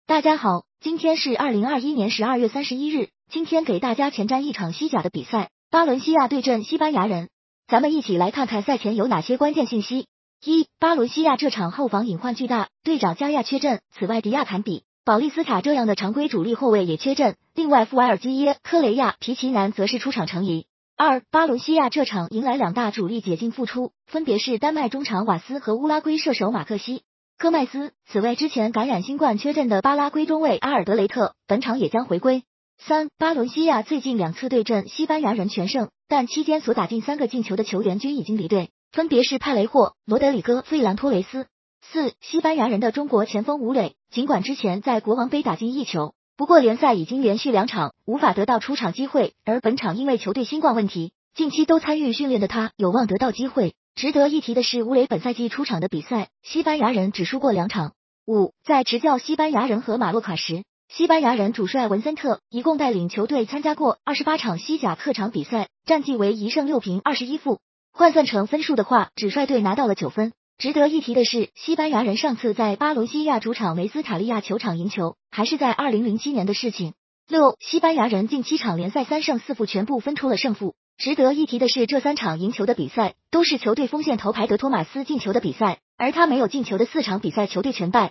大家好，今天是2021年12月31日，今天给大家前瞻一场西甲的比赛，巴伦西亚对阵西班牙人。咱们一起来看看赛前有哪些关键信息。一、巴伦西亚这场后防隐患巨大，队长加亚缺阵，此外迪亚坎比、保利斯塔这样的常规主力后卫也缺阵，另外富埃尔基耶、科雷亚、皮奇南则是出场成疑。二、巴伦西亚这场迎来两大主力解禁复出，分别是丹麦中场瓦斯和乌拉圭射手马克西科迈斯，此外之前感染新冠缺阵的巴拉圭中卫阿尔德雷特，本场也将回归。三、巴伦西亚最近2次对阵西班牙人全胜，但期间所打进3个进球的球员均已经离队，分别是派雷霍、罗德里戈、费兰托雷斯。四、西班牙人的中国前锋吴磊，尽管之前在国王杯打进1球，不过联赛已经连续2场无法得到出场机会，而本场因为球队新冠问题，近期都参与训练的他有望得到机会。值得一提的是，吴磊本赛季出场的比赛，西班牙人只输过2场。五、在执教西班牙人和马洛卡时，西班牙人主帅文森特一共带领球队参加过28场西甲客场比赛，战绩为1胜6平21负，换算成分数的话，主帅队拿到了9分。值得一提的是，西班牙人上次在巴伦西亚主场梅斯塔利亚球场赢球，还是在2007年的事情。六、西班牙人近7场联赛3胜4负全部分出了胜负。值得一提的是，这3场赢球的比赛都是球队锋线头牌德托马斯进球的比赛，而他没有进球的4场比赛球队全败。